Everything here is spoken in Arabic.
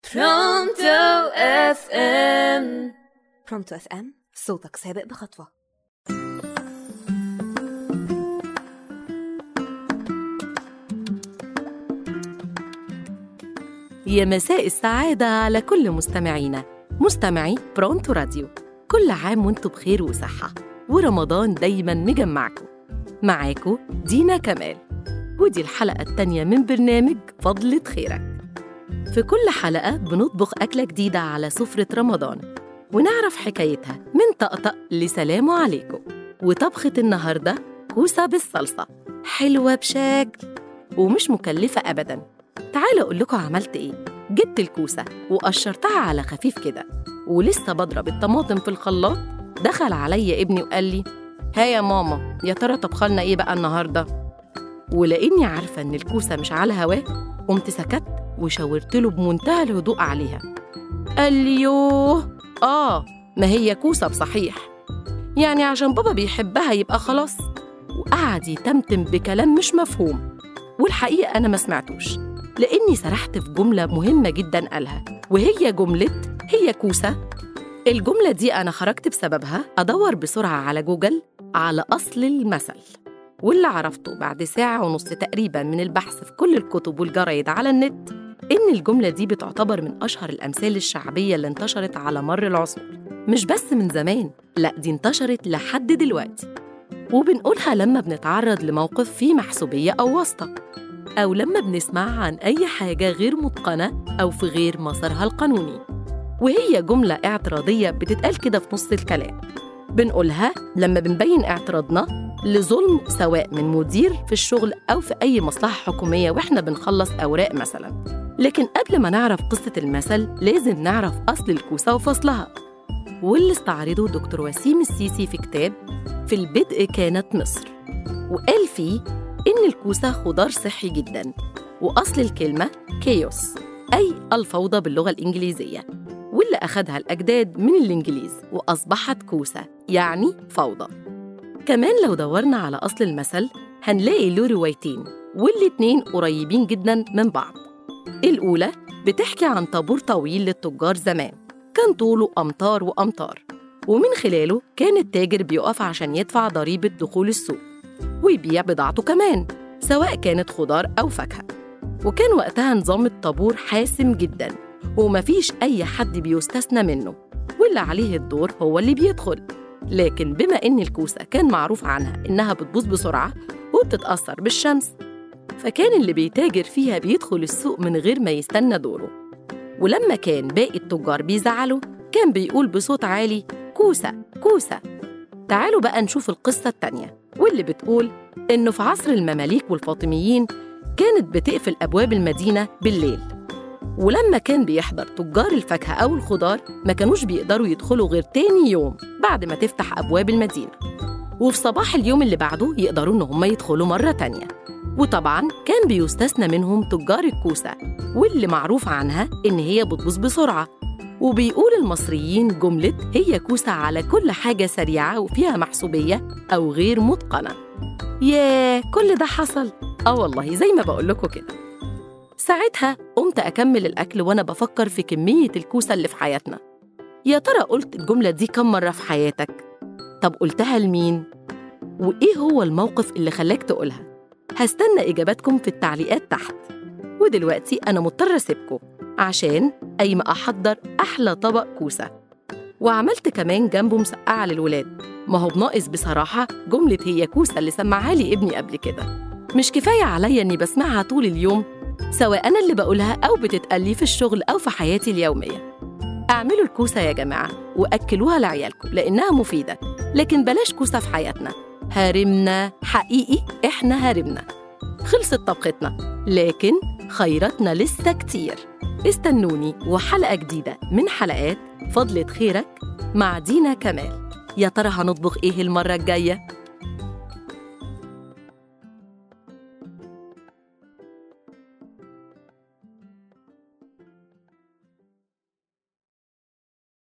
برونتو اف ام. برونتو اف ام، صوتك سابق بخطوة. يا مساء السعادة على كل مستمعينا، مستمعي برونتو راديو. كل عام وانتم بخير وصحة، ورمضان دايماً مجمعكم. معاكم دينا كمال، ودي الحلقة التانية من برنامج فضلة خيرك. في كل حلقة بنطبخ أكلة جديدة على سفرة رمضان، ونعرف حكايتها من طقطق لسلام عليكم. وطبخة النهاردة كوسة بالصلصة، حلوة بشكل ومش مكلفة أبداً. تعالوا أقول لكم عملت إيه. جبت الكوسة وقشرتها على خفيف كده، ولسه بضرب الطماطم في الخلاط دخل عليا ابني وقال لي: ها يا ماما، يا ترى طبخلنا إيه بقى النهاردة؟ ولأني عارفة إن الكوسة مش على هواه، قمت سكت وشاورت له بمنتهى الهدوء عليها. قال لي: يوه ما هي كوسة بصحيح، يعني عشان بابا بيحبها يبقى خلاص. وقعد يتمتم بكلام مش مفهوم، والحقيقة أنا ما سمعتوش، لأني سرحت في جملة مهمة جداً قالها، وهي جملة هي كوسة. الجملة دي أنا خرجت بسببها أدور بسرعة على جوجل على أصل المثل، واللي عرفته بعد ساعة ونص تقريباً من البحث في كل الكتب والجرايد على النت إن الجملة دي بتعتبر من أشهر الأمثال الشعبية اللي انتشرت على مر العصور. مش بس من زمان، لأ، دي انتشرت لحد دلوقتي، وبنقولها لما بنتعرض لموقف فيه محسوبية أو واسطة، أو لما بنسمع عن أي حاجة غير متقنة أو في غير مسارها القانوني. وهي جملة اعتراضية بتتقال كده في نص الكلام، بنقولها لما بنبين اعتراضنا لظلم سواء من مدير في الشغل أو في أي مصلحة حكومية وإحنا بنخلص أوراق مثلاً. لكن قبل ما نعرف قصة المثل لازم نعرف أصل الكوسة وفصلها، واللي استعرضه دكتور وسيم السيسي في كتاب في البدء كانت مصر، وقال فيه إن الكوسة خضار صحي جداً، وأصل الكلمة كيوس، أي الفوضى باللغة الإنجليزية، واللي أخدها الأجداد من الإنجليز وأصبحت كوسة يعني فوضى. كمان لو دورنا على أصل المثل هنلاقي له روايتين، والاتنين قريبين جداً من بعض. الأولى بتحكي عن طابور طويل للتجار زمان، كان طوله أمتار وأمتار، ومن خلاله كان التاجر بيقف عشان يدفع ضريبة دخول السوق ويبيع بضاعته كمان، سواء كانت خضار أو فاكهة. وكان وقتها نظام الطابور حاسم جداً، ومفيش أي حد بيستثنى منه، واللي عليه الدور هو اللي بيدخل. لكن بما إن الكوسة كان معروف عنها إنها بتبوظ بسرعة وبتتأثر بالشمس، فكان اللي بيتاجر فيها بيدخل السوق من غير ما يستنى دوره. ولما كان باقي التجار بيزعلوا كان بيقول بصوت عالي: كوسة كوسة. تعالوا بقى نشوف القصة التانية، واللي بتقول إنه في عصر المماليك والفاطميين كانت بتقفل أبواب المدينة بالليل، ولما كان بيحضر تجار الفاكهة أو الخضار ما كانوش بيقدروا يدخلوا غير تاني يوم بعد ما تفتح أبواب المدينة، وفي صباح اليوم اللي بعده يقدروا إن هم يدخلوا مرة تانية. وطبعاً كان بيستثنى منهم تجار الكوسة، واللي معروف عنها إن هي بتبوظ بسرعة. وبيقول المصريين جملة هي كوسة على كل حاجة سريعة وفيها محسوبية أو غير متقنة. ياه، كل ده حصل؟ والله زي ما بقول لكم كده. ساعتها قمت أكمل الأكل وأنا بفكر في كمية الكوسة اللي في حياتنا. يا ترى قلت الجملة دي كم مرة في حياتك؟ طب قلتها لمين؟ وإيه هو الموقف اللي خلاك تقولها؟ هستنى إجاباتكم في التعليقات تحت. ودلوقتي أنا مضطرة أسيبكم عشان قايمة أحضر أحلى طبق كوسة، وعملت كمان جنبه مسقعة للولاد. ما هو بناقص بصراحة جملة هي كوسة اللي سمعها لي ابني قبل كده. مش كفاية عليا إني بسمعها طول اليوم، سواء أنا اللي بقولها أو بتتقلي في الشغل أو في حياتي اليومية. اعملوا الكوسة يا جماعة وأكلوها لعيالكم لأنها مفيدة، لكن بلاش كوسة في حياتنا. هرمنا حقيقي، إحنا هرمنا. خلصت طبختنا، لكن خيراتنا لسه كتير. استنوني وحلقة جديدة من حلقات فضلة خيرك مع دينا كمال. يا ترى هنطبخ إيه المرة الجاية؟